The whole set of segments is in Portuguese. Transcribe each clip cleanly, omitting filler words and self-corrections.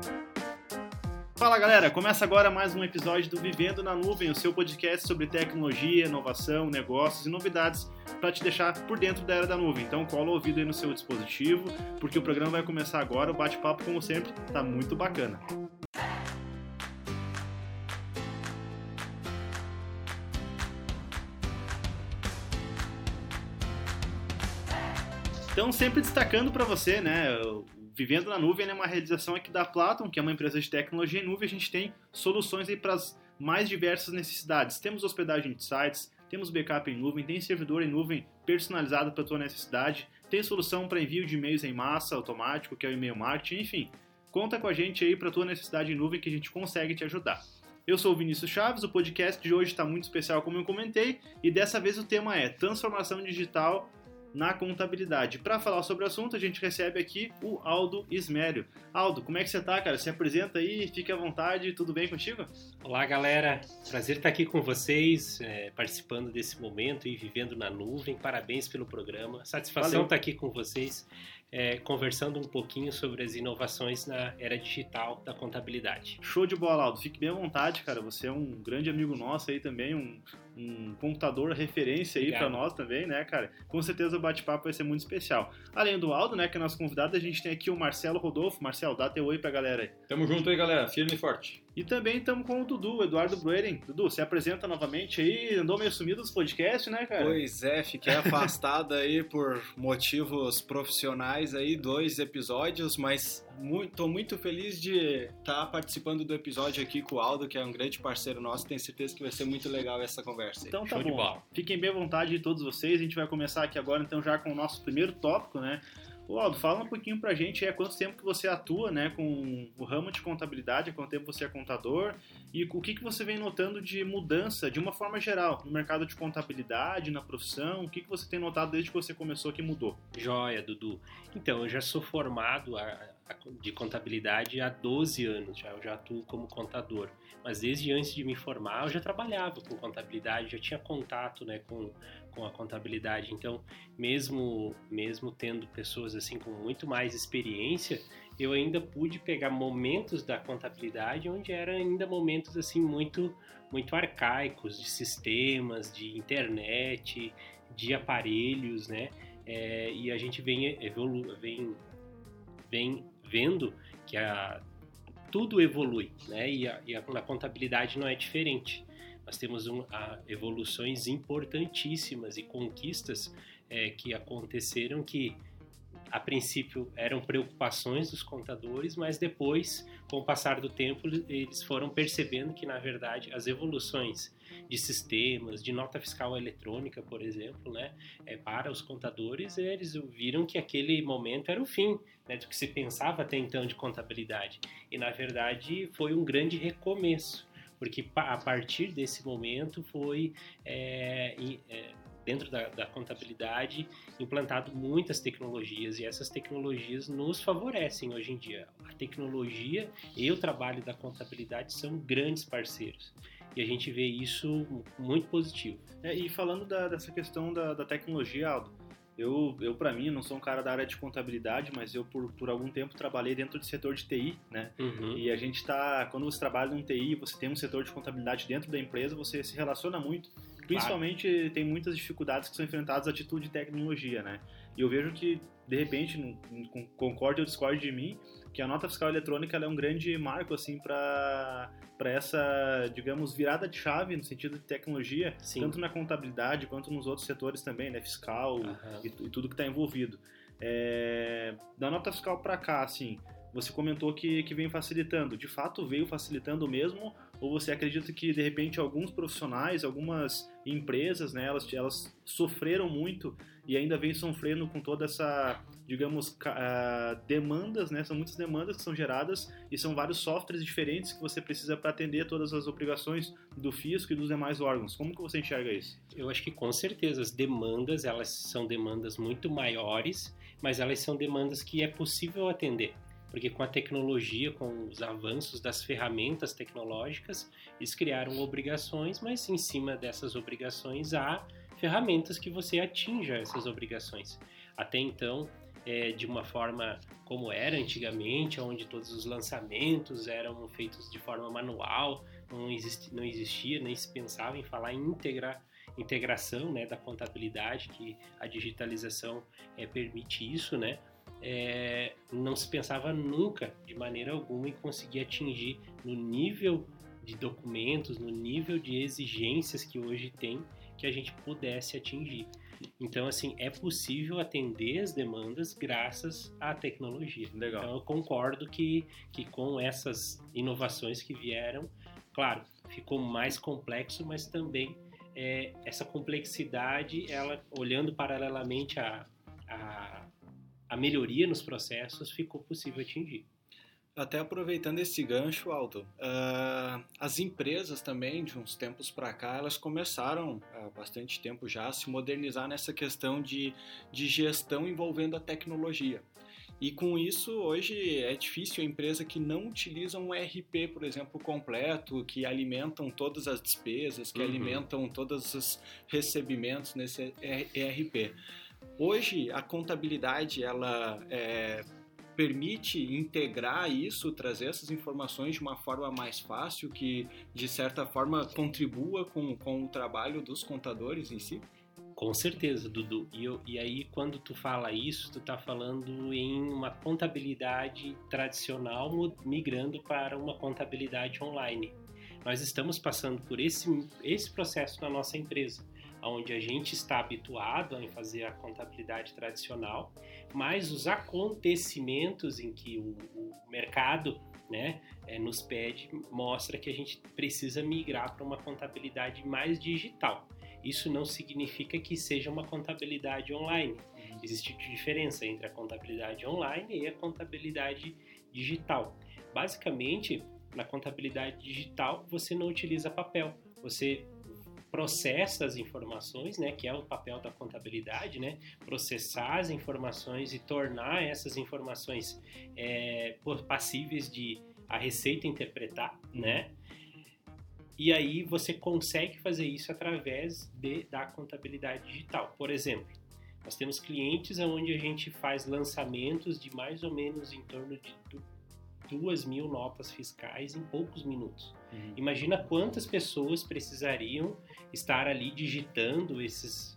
Fala galera, começa agora mais um episódio do Vivendo na Nuvem, o seu podcast sobre tecnologia, inovação, negócios e novidades para te deixar por dentro da era da nuvem. Então cola o ouvido aí no seu dispositivo, porque o programa vai começar agora, o bate-papo como sempre tá muito bacana. Então sempre destacando para você, né, Vivendo na Nuvem é uma realização aqui da Platon, que é uma empresa de tecnologia em nuvem. A gente tem soluções aí para as mais diversas necessidades. Temos hospedagem de sites, temos backup em nuvem, tem servidor em nuvem personalizado para a tua necessidade, tem solução para envio de e-mails em massa automático, que é o e-mail marketing, enfim. Conta com a gente aí para a tua necessidade em nuvem que a gente consegue te ajudar. Eu sou o Vinícius Chaves, o podcast de hoje está muito especial, como eu comentei, e dessa vez o tema é transformação digital na contabilidade. Para falar sobre o assunto, a gente recebe aqui o Aldo Ismério. Aldo, como é que você tá, cara? Se apresenta aí, fique à vontade, tudo bem contigo? Olá, galera. Prazer estar aqui com vocês, participando desse momento e vivendo na nuvem. Parabéns pelo programa. Satisfação estar aqui com vocês, conversando um pouquinho sobre as inovações na era digital da contabilidade. Show de bola, Aldo. Fique bem à vontade, cara. Você é um grande amigo nosso aí também, um computador referência aí para nós também, né, cara? Com certeza o bate-papo vai ser muito especial. Além do Aldo, né, que é nosso convidado, a gente tem aqui o Marcelo Rodolfo. Marcelo, dá teu oi pra galera aí. Tamo junto aí, galera. Firme e forte. E também estamos com o Dudu, o Eduardo Brueren. Dudu, se apresenta novamente aí, andou meio sumido dos podcasts, né, cara? Pois é, fiquei afastado aí por motivos profissionais aí, 2 episódios, mas tô muito feliz de estar participando do episódio aqui com o Aldo, que é um grande parceiro nosso, tenho certeza que vai ser muito legal essa conversa aí. Então tá bom, fiquem bem à vontade de todos vocês, a gente vai começar aqui agora então já com o nosso primeiro tópico, né? Ô Aldo, fala um pouquinho pra gente, há quanto tempo que você atua, né, com o ramo de contabilidade, há quanto tempo você é contador e o que você vem notando de mudança, de uma forma geral, no mercado de contabilidade, na profissão, o que você tem notado desde que você começou que mudou? Joia, Dudu. Então, eu já sou formado de contabilidade há 12 anos, eu já atuo como contador, mas desde antes de me formar eu já trabalhava com contabilidade, já tinha contato, né, com a contabilidade, então mesmo tendo pessoas assim com muito mais experiência, eu ainda pude pegar momentos da contabilidade onde eram ainda momentos assim muito arcaicos, de sistemas, de internet, de aparelhos, né, e a gente vem vendo que tudo evolui, né, e na contabilidade não é diferente. Nós temos evoluções importantíssimas e conquistas que aconteceram que, a princípio, eram preocupações dos contadores, mas depois, com o passar do tempo, eles foram percebendo que, na verdade, as evoluções de sistemas, de nota fiscal eletrônica, por exemplo, né, para os contadores, eles viram que aquele momento era o fim, né, do que se pensava até então de contabilidade. E, na verdade, foi um grande recomeço, porque a partir desse momento foi, dentro da contabilidade, implantado muitas tecnologias, e essas tecnologias nos favorecem hoje em dia. A tecnologia e o trabalho da contabilidade são grandes parceiros, e a gente vê isso muito positivo. E falando dessa questão da tecnologia, Aldo, eu para mim, não sou um cara da área de contabilidade, mas eu por algum tempo trabalhei dentro do setor de TI, né? Uhum. E a gente quando você trabalha num TI, você tem um setor de contabilidade dentro da empresa, você se relaciona muito. Principalmente tem muitas dificuldades que são enfrentadas à atitude de tecnologia, né? E eu vejo que, de repente, concorde ou discorde de mim, que a nota fiscal eletrônica ela é um grande marco assim, para essa, digamos, virada de chave no sentido de tecnologia, Sim. Tanto na contabilidade quanto nos outros setores também, né? Fiscal e tudo que está envolvido. Da nota fiscal para cá, assim, você comentou que vem facilitando. De fato, veio facilitando mesmo? Ou você acredita que, de repente, alguns profissionais, algumas empresas, né, elas sofreram muito e ainda vem sofrendo com toda essa, digamos, demandas, né? São muitas demandas que são geradas e são vários softwares diferentes que você precisa para atender todas as obrigações do fisco e dos demais órgãos. Como que você enxerga isso? Eu acho que, com certeza, as demandas, elas são demandas muito maiores, mas elas são demandas que é possível atender. Porque com a tecnologia, com os avanços das ferramentas tecnológicas, eles criaram obrigações, mas em cima dessas obrigações há ferramentas que você atinja essas obrigações. Até então, de uma forma como era antigamente, onde todos os lançamentos eram feitos de forma manual, não existia, nem se pensava em falar em integração, né, da contabilidade, que a digitalização permite isso, né? Não se pensava nunca, de maneira alguma, em conseguir atingir no nível de documentos, no nível de exigências que hoje tem, que a gente pudesse atingir. Então, assim, é possível atender as demandas graças à tecnologia. Legal. Então, eu concordo que com essas inovações que vieram, claro, ficou mais complexo, mas também essa complexidade, ela, olhando paralelamente à melhoria nos processos, ficou possível atingir. Até aproveitando esse gancho, Aldo, as empresas também, de uns tempos para cá, elas começaram, há bastante tempo já, a se modernizar nessa questão de gestão envolvendo a tecnologia. E com isso, hoje é difícil a empresa que não utiliza um ERP, por exemplo, completo, que alimentam todas as despesas, que alimentam todos os recebimentos nesse ERP. Hoje, a contabilidade, ela permite integrar isso, trazer essas informações de uma forma mais fácil, que de certa forma contribua com o trabalho dos contadores em si? Com certeza, Dudu. E aí, quando tu fala isso, tu tá falando em uma contabilidade tradicional migrando para uma contabilidade online. Nós estamos passando por esse processo na nossa empresa, onde a gente está habituado a fazer a contabilidade tradicional, mas os acontecimentos em que o mercado, né, nos pede, mostra que a gente precisa migrar para uma contabilidade mais digital. Isso não significa que seja uma contabilidade online. Existe diferença entre a contabilidade online e a contabilidade digital. Basicamente, na contabilidade digital, você não utiliza papel. Você processa as informações, né, que é o papel da contabilidade, né, processar as informações e tornar essas informações passíveis de a Receita interpretar, né? E aí você consegue fazer isso através da contabilidade digital. Por exemplo, nós temos clientes onde a gente faz lançamentos de mais ou menos em torno de 2.000 notas fiscais em poucos minutos. Imagina quantas pessoas precisariam estar ali digitando essas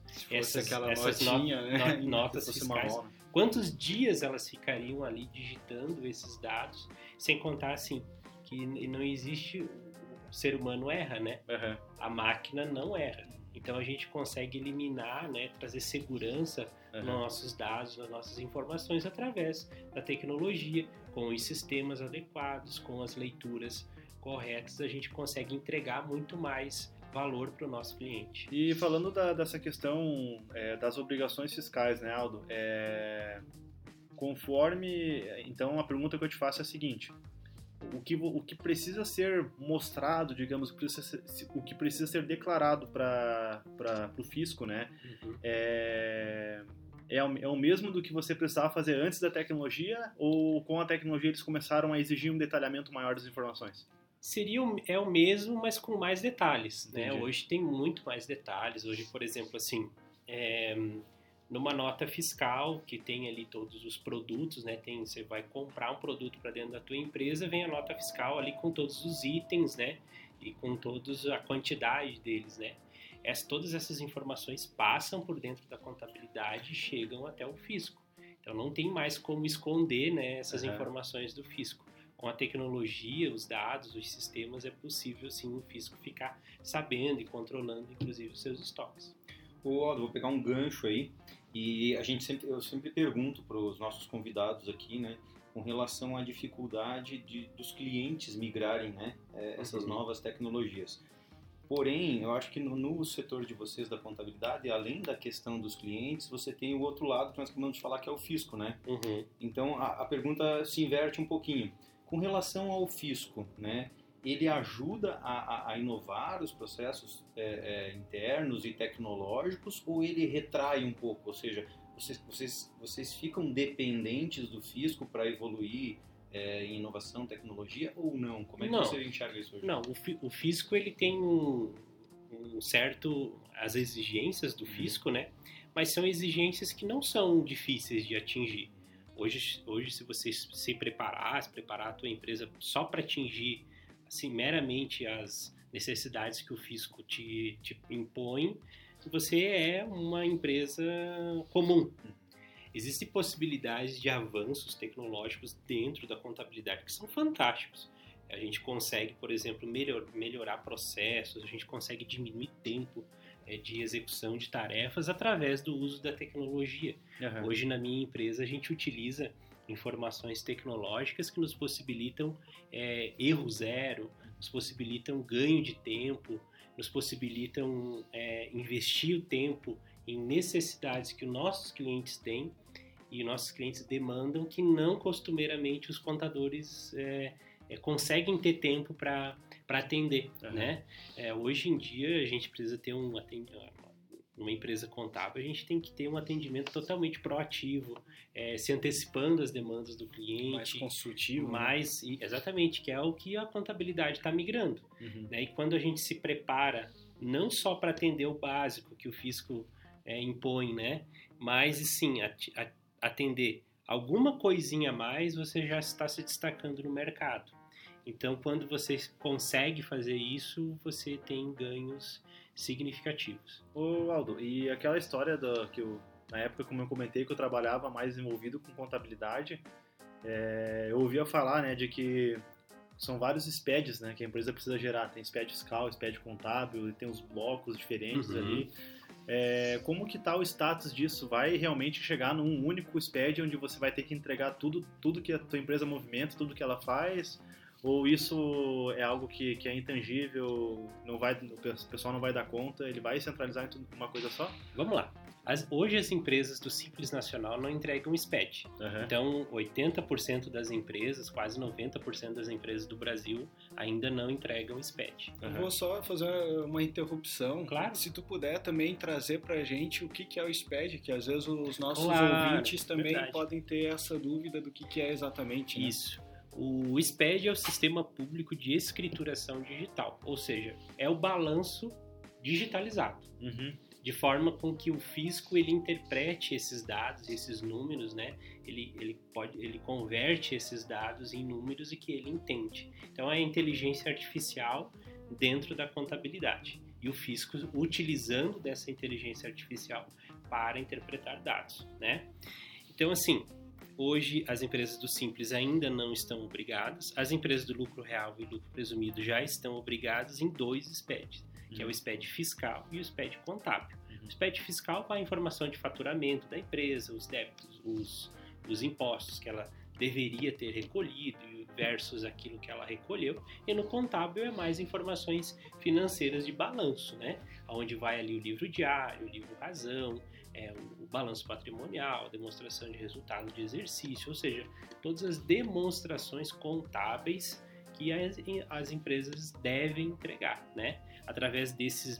notas fiscais. Quantos dias elas ficariam ali digitando esses dados, sem contar assim que não existe, o ser humano erra, né? A máquina não erra. Então a gente consegue eliminar, né, trazer segurança nos nossos dados, nas nossas informações através da tecnologia, com os sistemas adequados, com as leituras corretas, a gente consegue entregar muito mais valor para o nosso cliente. E falando dessa questão das obrigações fiscais, né, Aldo? Então a pergunta que eu te faço é a seguinte: o que precisa ser mostrado, digamos, o que precisa ser declarado para o fisco, né? É o mesmo do que você precisava fazer antes da tecnologia, ou com a tecnologia eles começaram a exigir um detalhamento maior das informações? É o mesmo, mas com mais detalhes, né? Hoje tem muito mais detalhes. Hoje, por exemplo, assim, numa nota fiscal que tem ali todos os produtos, né? Você vai comprar um produto para dentro da tua empresa, vem a nota fiscal ali com todos os itens, né? E com toda a quantidade deles, né? Todas essas informações passam por dentro da contabilidade e chegam até o fisco. Então não tem mais como esconder, né, essas informações do fisco. Com a tecnologia, os dados, os sistemas, é possível sim o fisco ficar sabendo e controlando, inclusive, os seus estoques. Vou pegar um gancho aí, e eu sempre pergunto para os nossos convidados aqui, né, com relação à dificuldade dos clientes migrarem, né, essas novas tecnologias. Porém, eu acho que no setor de vocês da contabilidade, além da questão dos clientes, você tem o outro lado que nós acabamos de falar, que é o fisco, né? Então, a pergunta se inverte um pouquinho. Com relação ao fisco, né, ele ajuda a inovar os processos internos e tecnológicos, ou ele retrai um pouco? Ou seja, vocês ficam dependentes do fisco para evoluir em inovação, tecnologia, ou não? Como é que você enxerga isso hoje? Não, o fisco ele tem um certo... as exigências do fisco, né? Mas são exigências que não são difíceis de atingir. Hoje, se você se preparar a tua empresa só para atingir assim, meramente as necessidades que o fisco te impõe, você é uma empresa comum. Existem possibilidades de avanços tecnológicos dentro da contabilidade que são fantásticos. A gente consegue, por exemplo, melhorar processos, a gente consegue diminuir tempo de execução de tarefas através do uso da tecnologia. Uhum. Hoje, na minha empresa, a gente utiliza informações tecnológicas que nos possibilitam erro zero, nos possibilitam ganho de tempo, nos possibilitam investir o tempo em necessidades que os nossos clientes têm e nossos clientes demandam que não costumeiramente os contadores conseguem ter tempo para atender, né? Hoje em dia a gente precisa ter uma empresa contábil, a gente tem que ter um atendimento totalmente proativo, se antecipando às demandas do cliente. Mais consultivo. Exatamente, que é o que a contabilidade está migrando. Uhum. Né? E quando a gente se prepara não só para atender o básico que o fisco impõe, né? Mas sim, atender alguma coisinha a mais, você já está se destacando no mercado. Então, quando você consegue fazer isso, você tem ganhos significativos. Ô Aldo, e aquela história na época, como eu comentei, que eu trabalhava mais envolvido com contabilidade, eu ouvia falar, né, de que são vários SPEDs, né, que a empresa precisa gerar. Tem SPED fiscal, SPED contábil, e tem os blocos diferentes ali. Como que tá o status disso? Vai realmente chegar num único SPED onde você vai ter que entregar tudo que a tua empresa movimenta, tudo que ela faz? Ou isso é algo que é intangível, o pessoal não vai dar conta, ele vai centralizar em tudo uma coisa só? Vamos lá. Hoje as empresas do Simples Nacional não entregam SPED. Uhum. Então, 80% das empresas, quase 90% das empresas do Brasil ainda não entregam SPED. Uhum. Vou só fazer uma interrupção. Claro. Se tu puder também trazer pra gente o que é o SPED, que às vezes os nossos ouvintes também podem ter essa dúvida do que é exatamente. Né? Isso. O SPED é o Sistema Público de Escrituração Digital, ou seja, é o balanço digitalizado. Uhum. De forma com que o fisco ele interprete esses dados, esses números, né? Ele converte esses dados em números e que ele entende. Então é a inteligência artificial dentro da contabilidade e o fisco utilizando dessa inteligência artificial para interpretar dados, né? Então assim, hoje as empresas do Simples ainda não estão obrigadas, as empresas do lucro real e lucro presumido já estão obrigadas em 2 SPEDs. Que é o SPED fiscal e o SPED contábil. O SPED fiscal com a informação de faturamento da empresa, os débitos, os impostos que ela deveria ter recolhido versus aquilo que ela recolheu. E no contábil é mais informações financeiras de balanço, né? Onde vai ali o livro diário, o livro razão, o balanço patrimonial, a demonstração de resultado de exercício, ou seja, todas as demonstrações contábeis que as empresas devem entregar, né? Através desses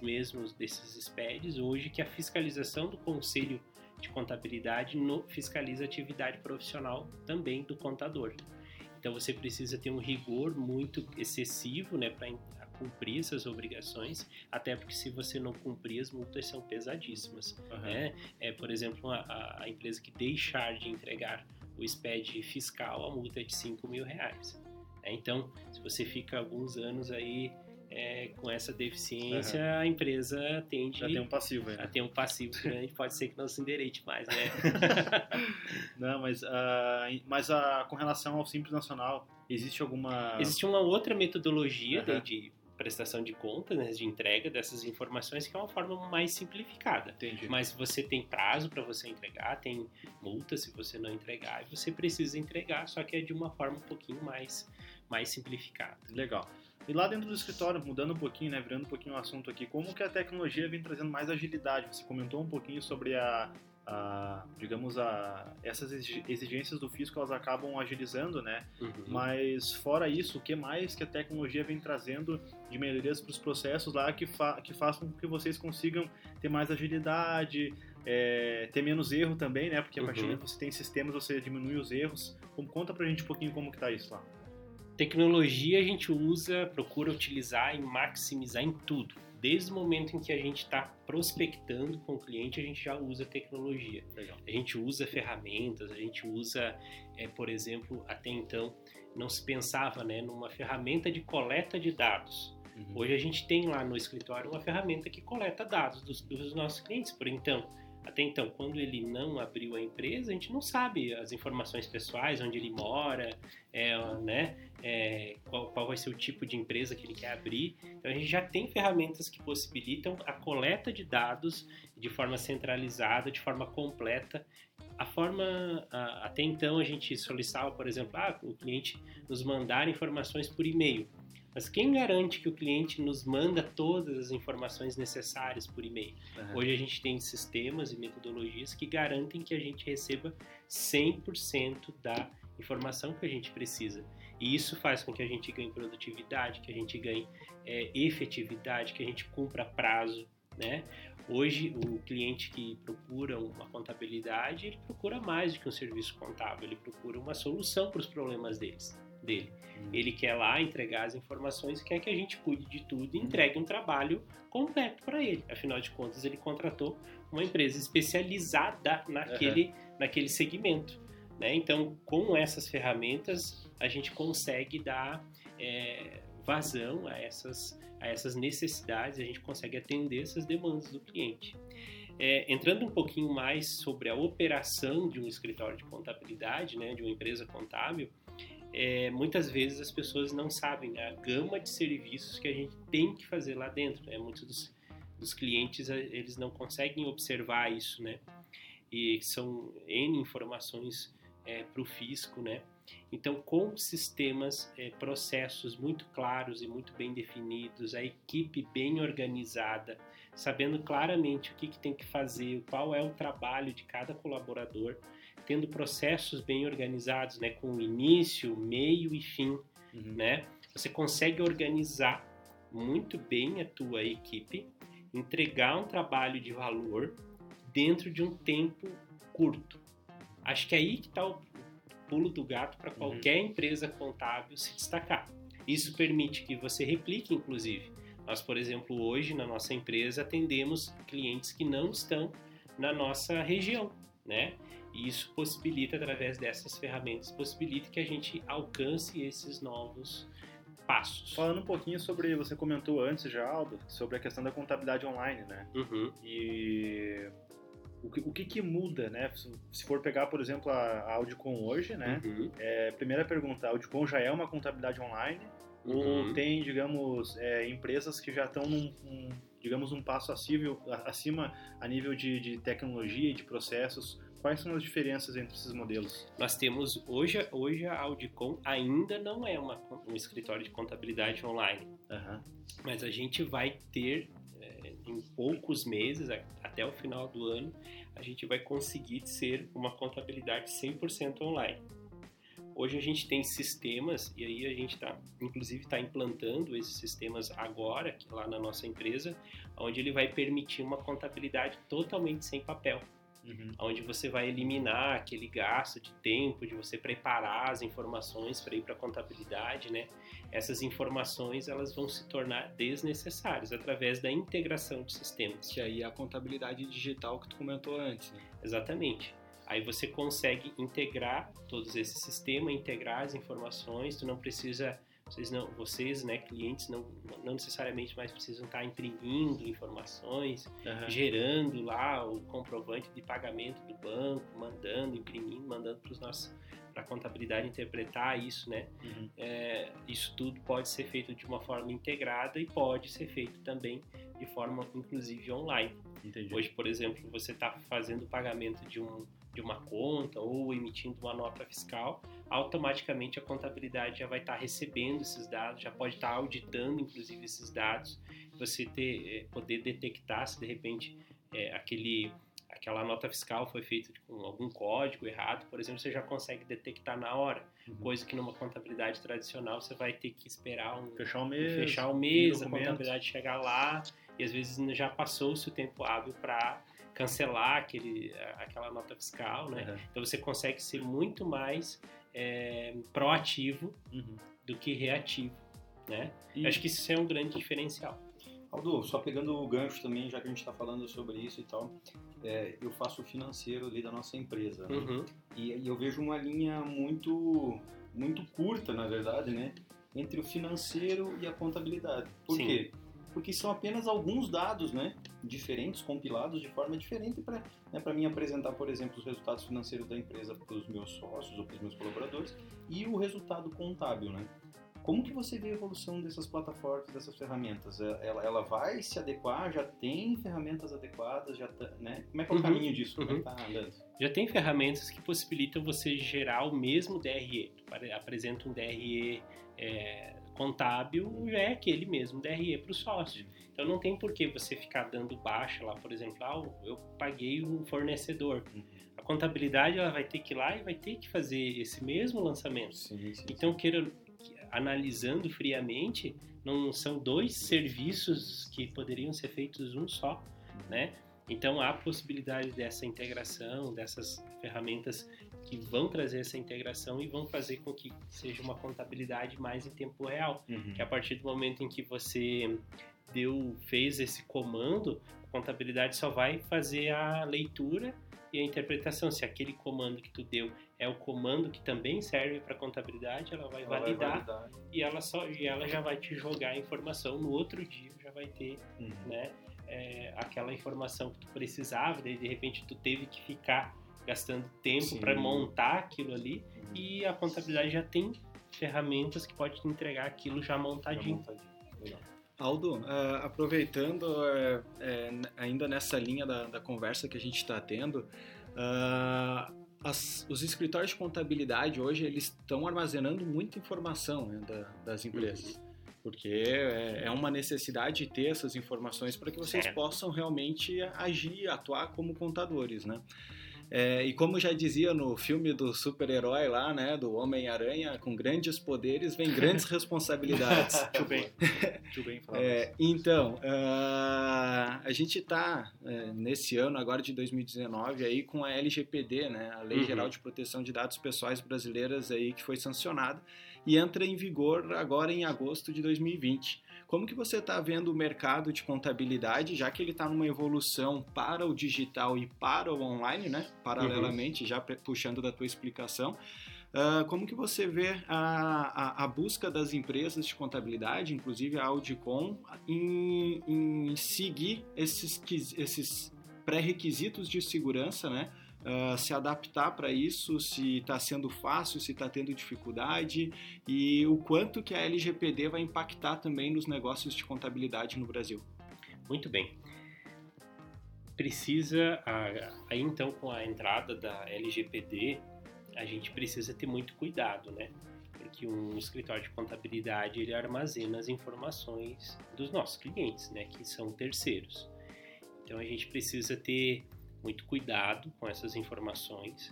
SPEDs, hoje que a fiscalização do Conselho de Contabilidade fiscaliza a atividade profissional também do contador. Então você precisa ter um rigor muito excessivo, né, para cumprir essas obrigações, até porque se você não cumprir, as multas são pesadíssimas. Uhum. Né? Por exemplo, a empresa que deixar de entregar o SPED fiscal, a multa é de R$5.000. Então, se você fica alguns anos aí com essa deficiência, a empresa tende a ter um passivo aí, né? A ter um passivo grande, pode ser que não se endireite mais, né? Não, mas com relação ao Simples Nacional, existe alguma... Existe uma outra metodologia de prestação de contas, né, de entrega dessas informações, que é uma forma mais simplificada. Entendi. Mas você tem prazo para você entregar, tem multa se você não entregar, e você precisa entregar, só que é de uma forma um pouquinho mais simplificada. Legal. E lá dentro do escritório, mudando um pouquinho, né, virando um pouquinho o assunto aqui, como que a tecnologia vem trazendo mais agilidade? Você comentou um pouquinho sobre essas exigências do fisco, elas acabam agilizando, né? Uhum. Mas fora isso, o que mais que a tecnologia vem trazendo de melhorias para os processos lá que façam com que vocês consigam ter mais agilidade, ter menos erro também, né? Porque a partir de que você tem sistemas, você diminui os erros. Conta pra gente um pouquinho como que tá isso lá. Tecnologia a gente procura utilizar e maximizar em tudo, Desde o momento em que a gente está prospectando com o cliente, a gente já usa tecnologia. Legal. A gente usa ferramentas, a gente usa, por exemplo, até então não se pensava, né, numa ferramenta de coleta de dados. Hoje a gente tem lá no escritório uma ferramenta que coleta dados dos nossos clientes. Até então, quando ele não abriu a empresa, a gente não sabe as informações pessoais, onde ele mora, qual vai ser o tipo de empresa que ele quer abrir. Então a gente já tem ferramentas que possibilitam a coleta de dados de forma centralizada, de forma completa. Até então a gente solicitava, por exemplo, o cliente nos mandar informações por e-mail. Mas quem garante que o cliente nos manda todas as informações necessárias por e-mail? Hoje a gente tem sistemas e metodologias que garantem que a gente receba 100% da informação que a gente precisa. E isso faz com que a gente ganhe produtividade, que a gente ganhe efetividade, que a gente cumpra prazo, né? Hoje, o cliente que procura uma contabilidade, ele procura mais do que um serviço contábil, ele procura uma solução para os problemas dele. Ele quer lá entregar as informações, quer que a gente cuide de tudo e entregue um trabalho completo para ele. Afinal de contas, ele contratou uma empresa especializada naquele segmento, né? Então, com essas ferramentas, a gente consegue dar vazão a essas necessidades, a gente consegue atender essas demandas do cliente. Entrando um pouquinho mais sobre a operação de um escritório de contabilidade, né, de uma empresa contábil, muitas vezes as pessoas não sabem a gama de serviços que a gente tem que fazer lá dentro, né? Muitos dos clientes, eles não conseguem observar isso, né? E são N informações para o fisco, né? Então, com sistemas, processos muito claros e muito bem definidos, a equipe bem organizada, sabendo claramente o que tem que fazer, qual é o trabalho de cada colaborador, tendo processos bem organizados, né, com início, meio e fim, né? Você consegue organizar muito bem a tua equipe, entregar um trabalho de valor dentro de um tempo curto. Acho que é aí que está o pulo do gato para qualquer empresa contábil se destacar. Isso permite que você replique, inclusive. Nós, por exemplo, hoje na nossa empresa atendemos clientes que não estão na nossa região, né? E isso possibilita, através dessas ferramentas, possibilita que a gente alcance esses novos passos. Falando um pouquinho sobre, você comentou antes já, Aldo, sobre a questão da contabilidade online, né? E o que muda, né? Se for pegar, por exemplo, a Audicom hoje, né? Primeira pergunta, a Audicom já é uma contabilidade online? Ou tem, digamos, empresas que já estão num passo acima a nível de tecnologia e de processos? Quais são as diferenças entre esses modelos? Nós temos, hoje a Audicom ainda não é um escritório de contabilidade online, mas a gente vai ter, em poucos meses, até o final do ano, a gente vai conseguir ser uma contabilidade 100% online. Hoje a gente tem sistemas, e aí a gente inclusive está implantando esses sistemas agora, aqui lá na nossa empresa, onde ele vai permitir uma contabilidade totalmente sem papel. Onde você vai eliminar aquele gasto de tempo, de você preparar as informações para ir para a contabilidade, né? Essas informações, elas vão se tornar desnecessárias através da integração de sistemas. Que aí é a contabilidade digital que tu comentou antes, né? Exatamente. Aí você consegue integrar todos esses sistemas, integrar as informações, tu não precisa... Vocês, né, clientes, não necessariamente mais precisam estar imprimindo informações, gerando lá o comprovante de pagamento do banco, imprimindo, mandando para a contabilidade interpretar isso, né? Isso tudo pode ser feito de uma forma integrada e pode ser feito também de forma, inclusive, online. Entendi. Hoje, por exemplo, você está fazendo o pagamento de uma conta ou emitindo uma nota fiscal, automaticamente a contabilidade já vai estar recebendo esses dados, já pode estar auditando, inclusive, esses dados, você poder detectar se, de repente, aquela nota fiscal foi feita com algum código errado, por exemplo, você já consegue detectar na hora, coisa que numa contabilidade tradicional você vai ter que esperar fechar o mês, a contabilidade chegar lá, e às vezes já passou-se o tempo hábil para cancelar aquela nota fiscal, né? Então você consegue ser muito mais proativo do que reativo, né? Eu acho que isso é um grande diferencial. Aldo, só pegando o gancho também, já que a gente está falando sobre isso e tal, eu faço o financeiro ali da nossa empresa, né? Uhum. E eu vejo uma linha muito, muito curta, na verdade, né? Entre o financeiro e a contabilidade. Por Sim. quê? Porque são apenas alguns dados, né? Diferentes, compilados de forma diferente para mim apresentar, por exemplo, os resultados financeiros da empresa para os meus sócios ou para os meus colaboradores e o resultado contábil, né? Como que você vê a evolução dessas plataformas, dessas ferramentas? Ela vai se adequar? Já tem ferramentas adequadas? Né? Como é que é o caminho disso? Como é que está andando? Já tem ferramentas que possibilitam você gerar o mesmo DRE. Apresenta um DRE contábil, já é aquele mesmo DRE para o sócio. Então não tem por que você ficar dando baixa lá, por exemplo, eu paguei um fornecedor. A contabilidade ela vai ter que ir lá e vai ter que fazer esse mesmo lançamento. Sim. Então, analisando friamente, não são dois serviços que poderiam ser feitos um só, né? Então há a possibilidade dessa integração, dessas ferramentas que vão trazer essa integração e vão fazer com que seja uma contabilidade mais em tempo real. Que a partir do momento em que você fez esse comando, a contabilidade só vai fazer a leitura e a interpretação. Se aquele comando que tu deu é o comando que também serve para contabilidade, ela vai validar e ela já vai te jogar a informação. No outro dia já vai ter, né, aquela informação que tu precisava, daí de repente tu teve que ficar gastando tempo para montar aquilo ali e a contabilidade já tem ferramentas que pode te entregar aquilo já montadinho. Legal. Aldo, aproveitando ainda nessa linha da conversa que a gente está tendo, os escritórios de contabilidade hoje eles estão armazenando muita informação, né, das empresas, porque é uma necessidade ter essas informações para que vocês possam realmente agir, atuar como contadores, né? E como já dizia no filme do super-herói lá, né, do Homem-Aranha, com grandes poderes vem grandes responsabilidades. Muito bem falado. Então, a gente está nesse ano agora de 2019 aí com a LGPD, né, a Lei Geral de Proteção de Dados Pessoais Brasileiras aí que foi sancionada e entra em vigor agora em agosto de 2020. Como que você está vendo o mercado de contabilidade, já que ele está numa evolução para o digital e para o online, né? Paralelamente, já puxando da tua explicação, como que você vê a busca das empresas de contabilidade, inclusive a Audicom, em seguir esses pré-requisitos de segurança, né? Se adaptar para isso, se está sendo fácil, se está tendo dificuldade e o quanto que a LGPD vai impactar também nos negócios de contabilidade no Brasil. Muito bem. Aí então com a entrada da LGPD, a gente precisa ter muito cuidado, né? Porque um escritório de contabilidade, ele armazena as informações dos nossos clientes, né? Que são terceiros. Então a gente precisa ter muito cuidado com essas informações,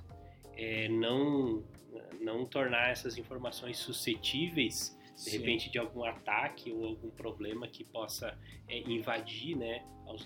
não tornar essas informações suscetíveis, de repente, de algum ataque ou algum problema que possa invadir, né,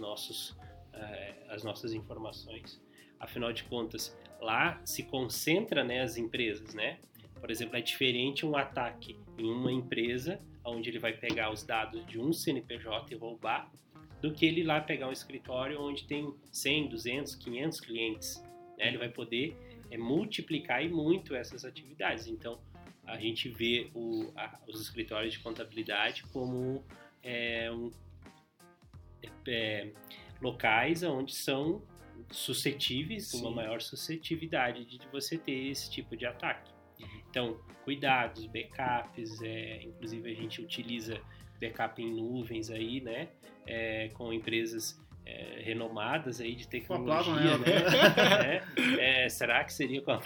as nossas informações. Afinal de contas, lá se concentra, né, as empresas, né? Por exemplo, é diferente um ataque em uma empresa, onde ele vai pegar os dados de um CNPJ e roubar, do que ele lá pegar um escritório onde tem 100, 200, 500 clientes, né? Ele vai poder multiplicar e muito essas atividades. Então, a gente vê os escritórios de contabilidade como locais onde são suscetíveis, uma maior suscetividade de você ter esse tipo de ataque. Então, cuidados, backups, inclusive a gente utiliza backup em nuvens aí, né? Com empresas renomadas aí de tecnologia, né? Será que seria com a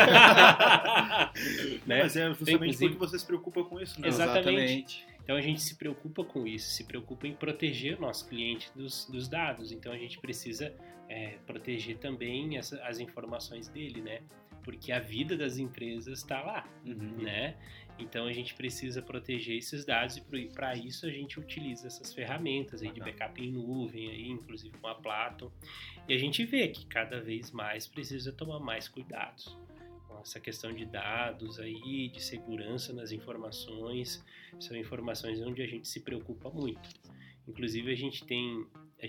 né? Mas é justamente porque você se preocupa com isso, né? Exatamente. Então a gente se preocupa com isso, se preocupa em proteger o nosso cliente dos dados. Então a gente precisa proteger também as informações dele, né? Porque a vida das empresas está lá, né? Então a gente precisa proteger esses dados e para isso a gente utiliza essas ferramentas aí de backup em nuvem, aí, inclusive com a Platon. E a gente vê que cada vez mais precisa tomar mais cuidados com essa questão de dados aí, de segurança nas informações. São informações onde a gente se preocupa muito. Inclusive, a gente tem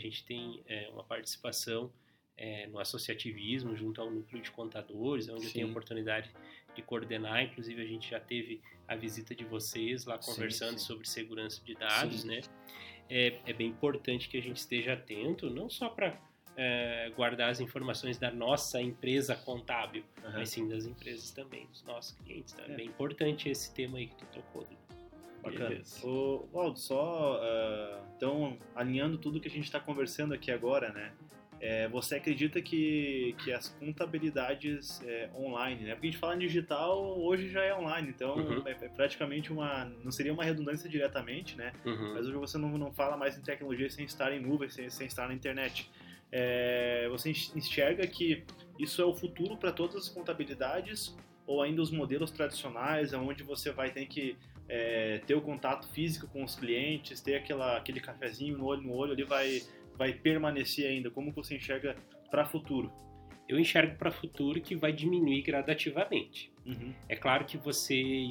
uma participação no associativismo, junto ao núcleo de contadores, onde eu tenho a oportunidade de coordenar. Inclusive, a gente já teve a visita de vocês lá conversando sobre segurança de dados, né? É bem importante que a gente esteja atento, não só para guardar as informações da nossa empresa contábil, mas sim das empresas também, dos nossos clientes. Tá? É bem importante esse tema aí que tu tocou. Bacana. Aldo, então, alinhando tudo que a gente está conversando aqui agora, né? Você acredita que as contabilidades online, né? Porque a gente fala em digital, hoje já é online, então é praticamente não seria uma redundância diretamente, né? Mas hoje você não fala mais em tecnologia sem estar em nuvem, sem estar na internet. Você enxerga que isso é o futuro para todas as contabilidades ou ainda os modelos tradicionais, onde você vai ter que ter o contato físico com os clientes, ter aquele cafezinho no olho ali vai permanecer ainda? Como você enxerga para o futuro? Eu enxergo para o futuro que vai diminuir gradativamente. É claro que você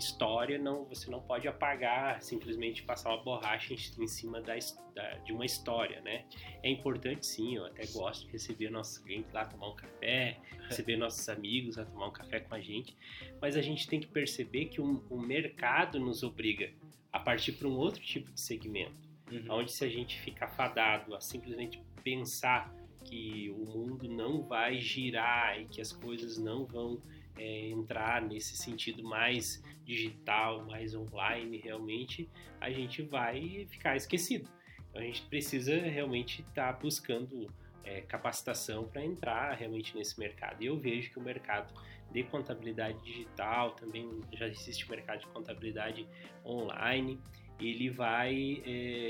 não pode apagar, simplesmente passar uma borracha em cima de uma história, né? É importante sim, eu até gosto de receber nossos clientes lá tomar um café, receber nossos amigos lá tomar um café com a gente, mas a gente tem que perceber que o mercado nos obriga a partir para um outro tipo de segmento, onde se a gente ficar fadado a simplesmente pensar que o mundo não vai girar e que as coisas não vão entrar nesse sentido mais digital, mais online, realmente a gente vai ficar esquecido. Então a gente precisa realmente estar buscando capacitação para entrar realmente nesse mercado. E eu vejo que o mercado de contabilidade digital, também já existe o mercado de contabilidade online, ele vai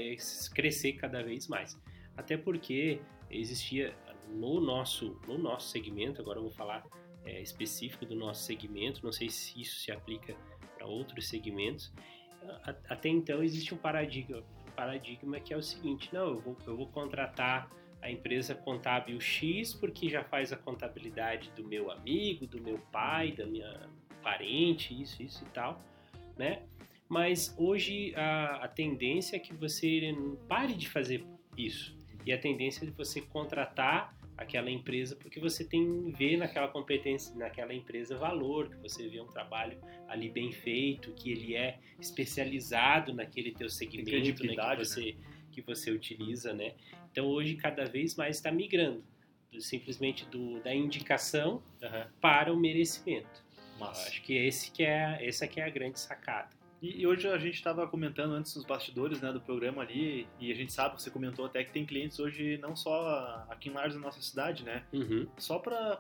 crescer cada vez mais. Até porque existia no nosso segmento, agora eu vou falar específico do nosso segmento, não sei se isso se aplica para outros segmentos. Até então existe um paradigma que é o seguinte: não, eu vou contratar a empresa contábil X porque já faz a contabilidade do meu amigo, do meu pai, da minha parente, isso e tal, né? Mas hoje a tendência é que você pare de fazer isso. E a tendência é de você contratar aquela empresa porque você vê naquela competência, naquela empresa valor, que você vê um trabalho ali bem feito, que ele é especializado naquele teu segmento, né, que você utiliza, né? Então hoje cada vez mais está migrando simplesmente da indicação para o merecimento. Acho que essa que é a grande sacada. E hoje a gente estava comentando antes nos bastidores, né, do programa ali, e a gente sabe, você comentou até que tem clientes hoje não só aqui em Lages, na nossa cidade, né? Só para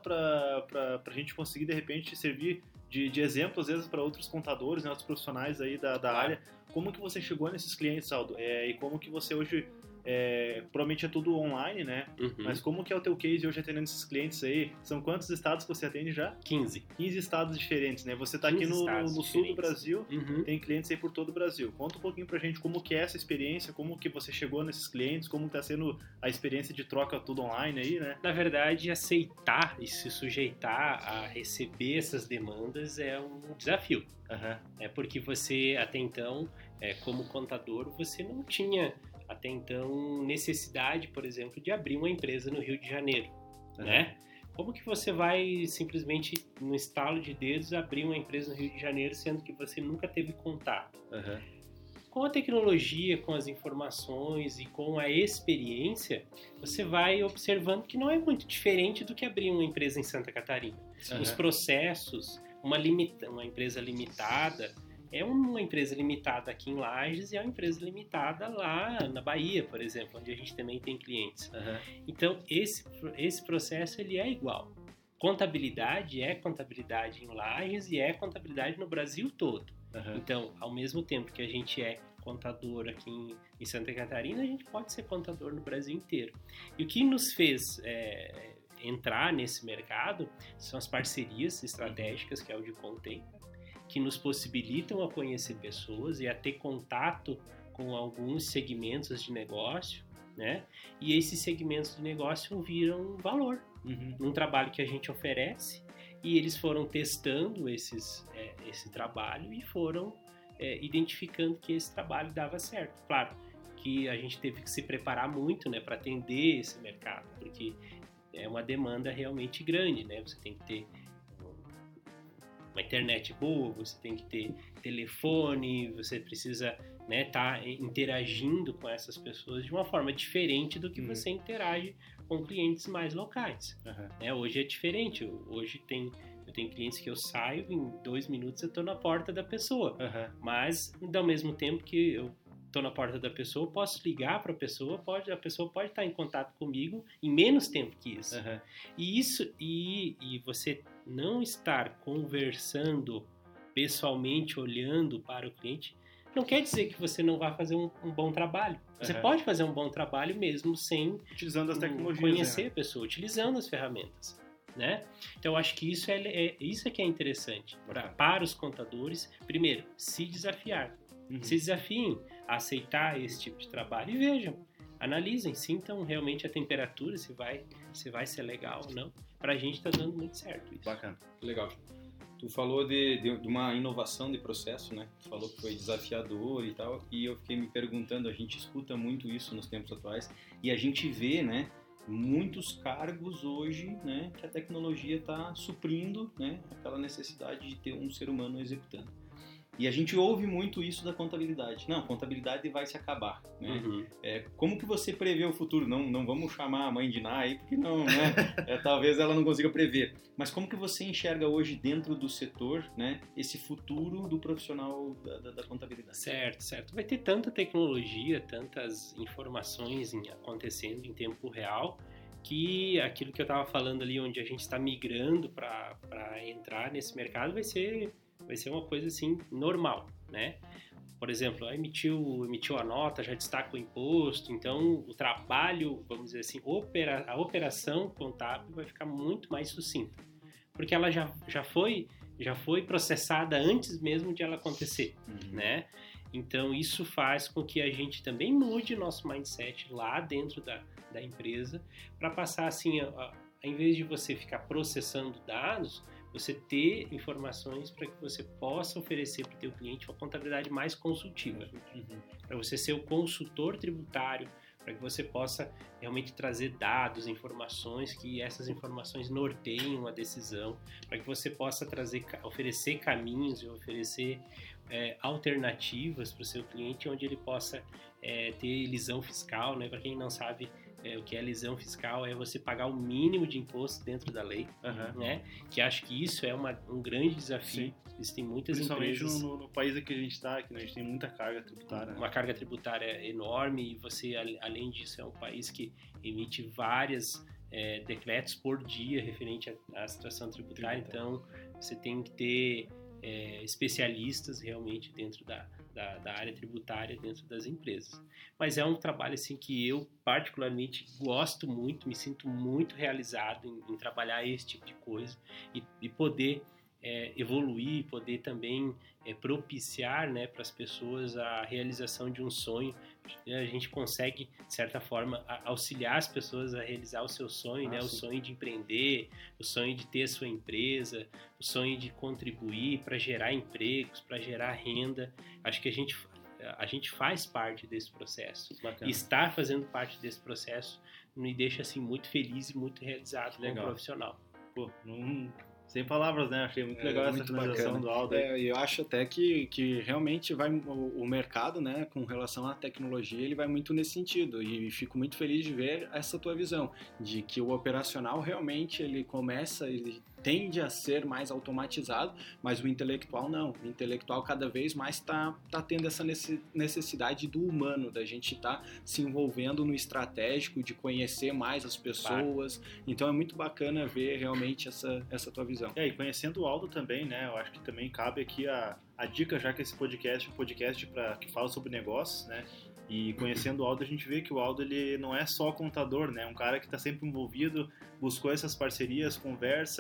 a gente conseguir, de repente, servir de exemplo, às vezes, para outros contadores, né, outros profissionais aí da área. Como que você chegou nesses clientes, Aldo? E como que você hoje... provavelmente é tudo online, né? Mas como que é o teu case hoje atendendo esses clientes aí? São quantos estados que você atende já? 15 estados diferentes, né? Você está aqui no sul do Brasil, tem clientes aí por todo o Brasil. Conta um pouquinho pra gente como que é essa experiência, como que você chegou nesses clientes, como está sendo a experiência de troca tudo online aí, né? Na verdade, aceitar e se sujeitar a receber essas demandas é um desafio. Porque você, até então, como contador, você não tinha até então necessidade, por exemplo, de abrir uma empresa no Rio de Janeiro, né? Como que você vai simplesmente, no estalo de dedos, abrir uma empresa no Rio de Janeiro, sendo que você nunca teve contato? Com a tecnologia, com as informações e com a experiência, você vai observando que não é muito diferente do que abrir uma empresa em Santa Catarina. Os processos, uma empresa limitada, é uma empresa limitada aqui em Lages e é uma empresa limitada lá na Bahia, por exemplo, onde a gente também tem clientes. Então, esse processo ele é igual. Contabilidade é contabilidade em Lages e é contabilidade no Brasil todo. Então, ao mesmo tempo que a gente é contador aqui em Santa Catarina, a gente pode ser contador no Brasil inteiro. E o que nos fez entrar nesse mercado são as parcerias estratégicas que a Audicom tem, que nos possibilitam a conhecer pessoas e a ter contato com alguns segmentos de negócio, né? E esses segmentos de negócio viram valor num trabalho que a gente oferece, e eles foram testando esse trabalho e foram identificando que esse trabalho dava certo. Claro, que a gente teve que se preparar muito, né, para atender esse mercado, porque é uma demanda realmente grande, né? Você tem que ter uma internet boa, você tem que ter telefone, você precisa, né, tá interagindo com essas pessoas de uma forma diferente do que você interage com clientes mais locais. Né? Hoje é diferente. Hoje eu tenho clientes que eu saio, em 2 minutos eu estou na porta da pessoa. Mas, ao mesmo tempo que eu estou na porta da pessoa, eu posso ligar para a pessoa pode estar em contato comigo em menos tempo que isso. E você não estar conversando pessoalmente, olhando para o cliente, não quer dizer que você não vai fazer um bom trabalho. Você pode fazer um bom trabalho mesmo sem utilizando as tecnologias, conhecer a pessoa, utilizando as ferramentas. Né? Então, eu acho que isso é que é interessante para os contadores. Primeiro, se desafiar. Se desafiem a aceitar esse tipo de trabalho e vejam, analisem, sintam realmente a temperatura, se vai ser legal ou não. Pra gente tá dando muito certo isso. Bacana. Legal. Tu falou de uma inovação de processo, né? Tu falou que foi desafiador e tal, e eu fiquei me perguntando, a gente escuta muito isso nos tempos atuais, e a gente vê, né, muitos cargos hoje, né, que a tecnologia está suprindo, né, aquela necessidade de ter um ser humano executando. E a gente ouve muito isso da contabilidade. Não, contabilidade vai se acabar, né? Como que você prevê o futuro? Não vamos chamar a mãe de Ná aí, porque não, né? Talvez ela não consiga prever. Mas como que você enxerga hoje dentro do setor, né, esse futuro do profissional da contabilidade? Certo. Vai ter tanta tecnologia, tantas informações acontecendo em tempo real, que aquilo que eu estava falando ali, onde a gente está migrando para entrar nesse mercado, vai ser uma coisa assim normal, né? Por exemplo, emitiu a nota, já destaca o imposto, então o trabalho, vamos dizer assim, a operação contábil vai ficar muito mais sucinta, porque ela já foi processada antes mesmo de ela acontecer, né? Então isso faz com que a gente também mude nosso mindset lá dentro da empresa, para passar assim, em vez de você ficar processando dados, você ter informações para que você possa oferecer para o teu cliente uma contabilidade mais consultiva. Para você ser o consultor tributário, para que você possa realmente trazer dados, informações, que essas informações norteiem a decisão, para que você possa oferecer caminhos e oferecer alternativas para o seu cliente, onde ele possa ter elisão fiscal, né? Para quem não sabe, o que é elisão fiscal é você pagar o mínimo de imposto dentro da lei, né? Que acho que isso é um grande desafio. Existem muitas empresas... Principalmente no país que a gente está, que a gente tem muita carga tributária. Uma carga tributária enorme, e você, além disso, é um país que emite vários decretos por dia referente à situação tributária. Então, você tem que ter especialistas realmente dentro da área tributária dentro das empresas. Mas é um trabalho assim que eu particularmente gosto muito, me sinto muito realizado em trabalhar esse tipo de coisa e poder evoluir, poder também propiciar, né, para as pessoas a realização de um sonho. A gente consegue, de certa forma, auxiliar as pessoas a realizar o seu sonho, né? O sonho de empreender, o sonho de ter a sua empresa, o sonho de contribuir para gerar empregos, para gerar renda. Acho que a gente faz parte desse processo. Bacana. E estar fazendo parte desse processo me deixa assim muito feliz e muito realizado como profissional. Pô, sem palavras, né? Achei muito legal essa finalização do Aldo. Eu acho até que realmente o mercado, né, com relação à tecnologia, ele vai muito nesse sentido, e fico muito feliz de ver essa tua visão, de que o operacional realmente ele tende a ser mais automatizado, mas o intelectual não. O intelectual cada vez mais está tendo essa necessidade do humano, da gente estar se envolvendo no estratégico, de conhecer mais as pessoas. Claro. Então é muito bacana ver realmente essa tua visão. E conhecendo o Aldo também, né? Eu acho que também cabe aqui a dica, já que esse podcast é um podcast que fala sobre negócios, né? E conhecendo o Aldo, a gente vê que o Aldo ele não é só contador, né? É um cara que está sempre envolvido, buscou essas parcerias, conversa,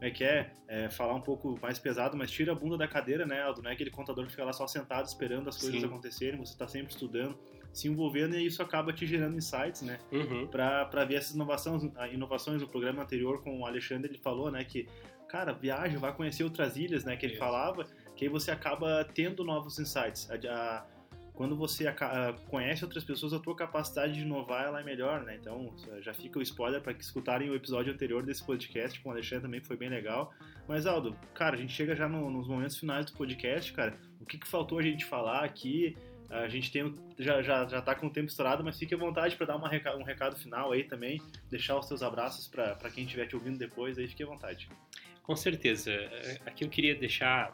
falar um pouco mais pesado, mas tira a bunda da cadeira, né, Aldo? Não é aquele contador que fica lá só sentado esperando as coisas acontecerem, você está sempre estudando, se envolvendo, e isso acaba te gerando insights, né? Para ver essas inovações. No programa anterior com o Alexandre, ele falou, né, que, cara, viaja, vai conhecer outras ilhas, né, que ele falava, que aí você acaba tendo novos insights. quando você conhece outras pessoas, a tua capacidade de inovar ela é melhor, né? Então, já fica o spoiler para que escutarem o episódio anterior desse podcast com o Alexandre também, que foi bem legal. Mas, Aldo, cara, a gente chega já nos momentos finais do podcast, cara. O que faltou a gente falar aqui? A gente já tá com o tempo estourado, mas fique à vontade para dar um recado final aí também, deixar os seus abraços para quem estiver te ouvindo depois, aí fique à vontade. Com certeza. Aqui eu queria deixar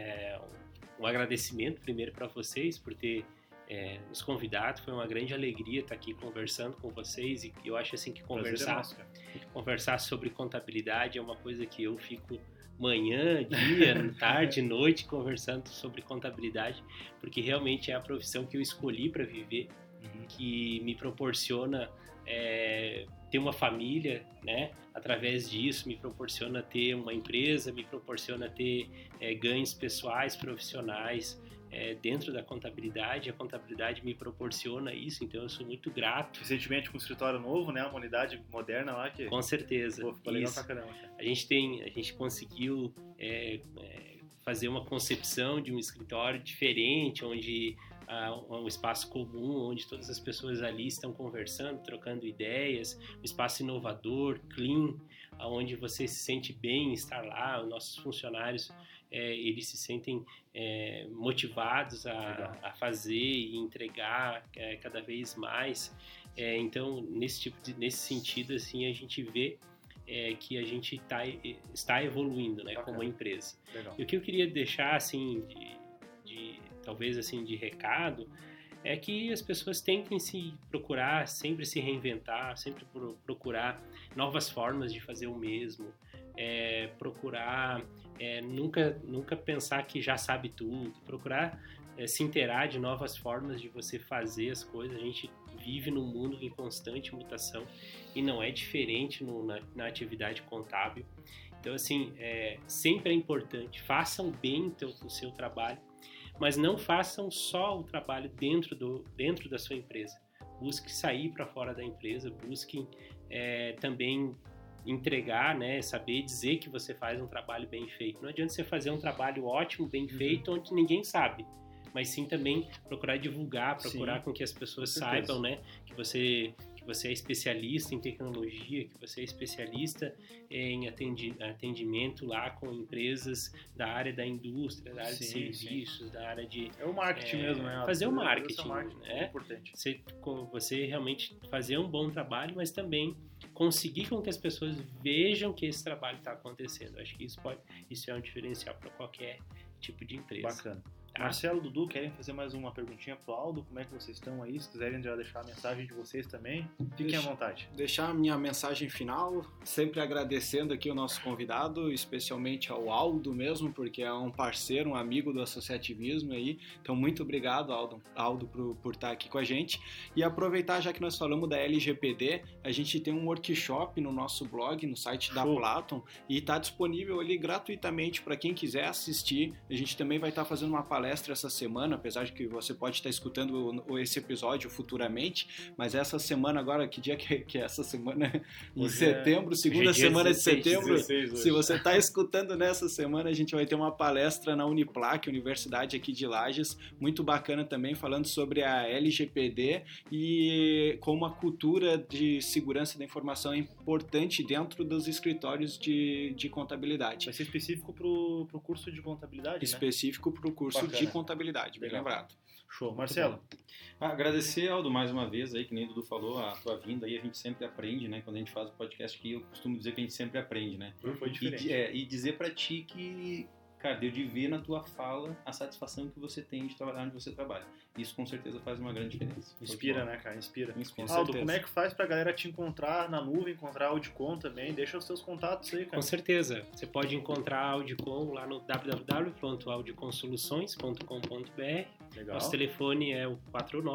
um agradecimento primeiro para vocês por ter nos convidado. Foi uma grande alegria estar aqui conversando com vocês, e eu acho assim que conversar sobre contabilidade é uma coisa que eu fico manhã, dia, tarde, noite conversando sobre contabilidade, porque realmente é a profissão que eu escolhi para viver, que me proporciona ter uma família, né? Através disso me proporciona ter uma empresa, me proporciona ter ganhos pessoais, profissionais dentro da contabilidade. A contabilidade me proporciona isso, então eu sou muito grato. Recentemente com um escritório novo, né? Uma unidade moderna lá que... Com certeza. Pô, ficou legal pra caramba. A gente conseguiu fazer uma concepção de um escritório diferente, onde um espaço comum, onde todas as pessoas ali estão conversando, trocando ideias, um espaço inovador, clean, onde você se sente bem em estar lá. Os nossos funcionários eles se sentem motivados a fazer e entregar cada vez mais. Então, nesse sentido, assim, a gente vê que a gente está evoluindo, né, como empresa. Legal. E o que eu queria deixar, assim, talvez assim de recado, é que as pessoas tentem sempre se reinventar, sempre procurar novas formas de fazer o mesmo, procurar nunca pensar que já sabe tudo, procurar se inteirar de novas formas de você fazer as coisas. A gente vive num mundo em constante mutação e não é diferente na atividade contábil. Então, assim, sempre é importante, façam bem o seu trabalho, mas não façam só o trabalho dentro da sua empresa. Busque sair para fora da empresa, busquem também entregar, né, saber dizer que você faz um trabalho bem feito. Não adianta você fazer um trabalho ótimo, bem feito, onde ninguém sabe, mas sim também procurar divulgar, procurar com que as pessoas saibam, né, que você é especialista em tecnologia, que você é especialista em atendimento lá com empresas da área da indústria, da área de serviços, da área de... É o marketing mesmo, né? Fazer o marketing, né? É importante. Você realmente fazer um bom trabalho, mas também conseguir com que as pessoas vejam que esse trabalho está acontecendo. Acho que isso é um diferencial para qualquer tipo de empresa. Bacana. Marcelo, Dudu, querem fazer mais uma perguntinha pro Aldo? Como é que vocês estão aí? Se quiserem já deixar a mensagem de vocês também, fiquem à vontade. Deixar a minha mensagem final, sempre agradecendo aqui o nosso convidado, especialmente ao Aldo mesmo, porque é um parceiro, um amigo do associativismo aí. Então, muito obrigado, Aldo, por estar aqui com a gente. E aproveitar, já que nós falamos da LGPD, a gente tem um workshop no nosso blog, no site da Platon, e está disponível ali gratuitamente para quem quiser assistir. A gente também vai estar fazendo uma palestra essa semana, apesar de que você pode estar escutando esse episódio futuramente, mas essa semana agora, que dia que é essa semana? Em setembro, segunda semana de setembro, se você está escutando nessa semana, a gente vai ter uma palestra na Uniplac, Universidade aqui de Lages, muito bacana também, falando sobre a LGPD e como a cultura de segurança da informação é importante dentro dos escritórios de contabilidade. Vai ser específico para o curso de contabilidade, específico para o curso de contabilidade, bem lembrado. Show. Marcelo? Agradecer, Aldo, mais uma vez, aí, que nem o Dudu falou, a tua vinda aí, a gente sempre aprende, né? Quando a gente faz o podcast aqui, eu costumo dizer que a gente sempre aprende, né? Foi diferente. E dizer pra ti que, cara, deu de ver na tua fala a satisfação que você tem de trabalhar onde você trabalha. Isso com certeza faz uma grande diferença. Inspira, né, cara? Inspira. Aldo, como é que faz pra galera te encontrar na nuvem, encontrar a Audicom também? Deixa os seus contatos aí, cara. Com certeza. Você pode encontrar a Audicom lá no www.audiconsoluções.com.br. Legal. Nosso telefone é o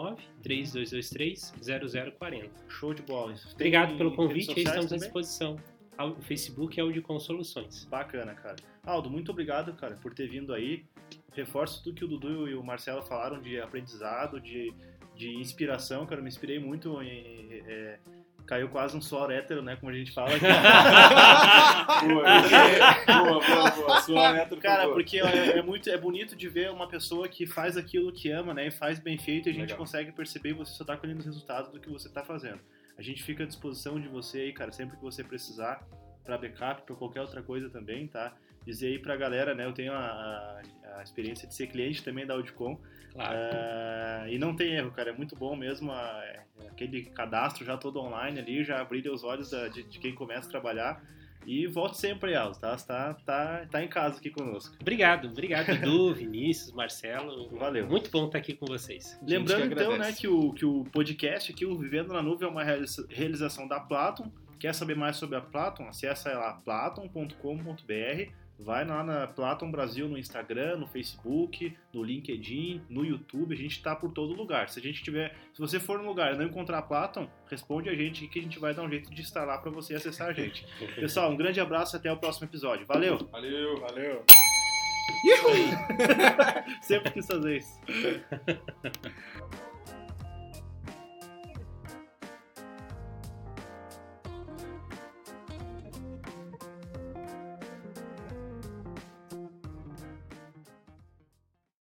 49-3223-0040. Show de bola. Obrigado pelo convite, aí estamos à disposição. O Facebook é Audicom Soluções. Bacana, cara. Aldo, muito obrigado, cara, por ter vindo aí. Reforço tudo que o Dudu e o Marcelo falaram de aprendizado, de inspiração, cara. Eu me inspirei muito Caiu quase um suor hétero, né? Como a gente fala. Boa. Suor hétero, cara, porque é bonito de ver uma pessoa que faz aquilo que ama, né? E faz bem feito e a gente consegue perceber que você só tá colhendo os resultados do que você tá fazendo. A gente fica à disposição de você aí, cara, sempre que você precisar, pra backup, pra qualquer outra coisa também, tá? Dizer aí pra galera, né? Eu tenho a experiência de ser cliente também da Audicom. Claro. E não tem erro, cara, é muito bom mesmo aquele cadastro já todo online ali, já brilha os olhos de quem começa a trabalhar. E volte sempre, Aldo, tá em casa aqui conosco. Obrigado, Edu, Vinícius, Marcelo. Valeu. Muito bom estar aqui com vocês. Lembrando então, né, que o podcast aqui, o Vivendo na Nuvem, é uma realização da Platon. Quer saber mais sobre a Platon? Acessa lá platon.com.br. Vai lá na Platon Brasil no Instagram, no Facebook, no LinkedIn, no YouTube, a gente está por todo lugar. Se você for num lugar e não encontrar a Platon, responde a gente que a gente vai dar um jeito de estar lá para você acessar a gente. Pessoal, um grande abraço e até o próximo episódio. Valeu! Valeu! Sempre quis fazer isso.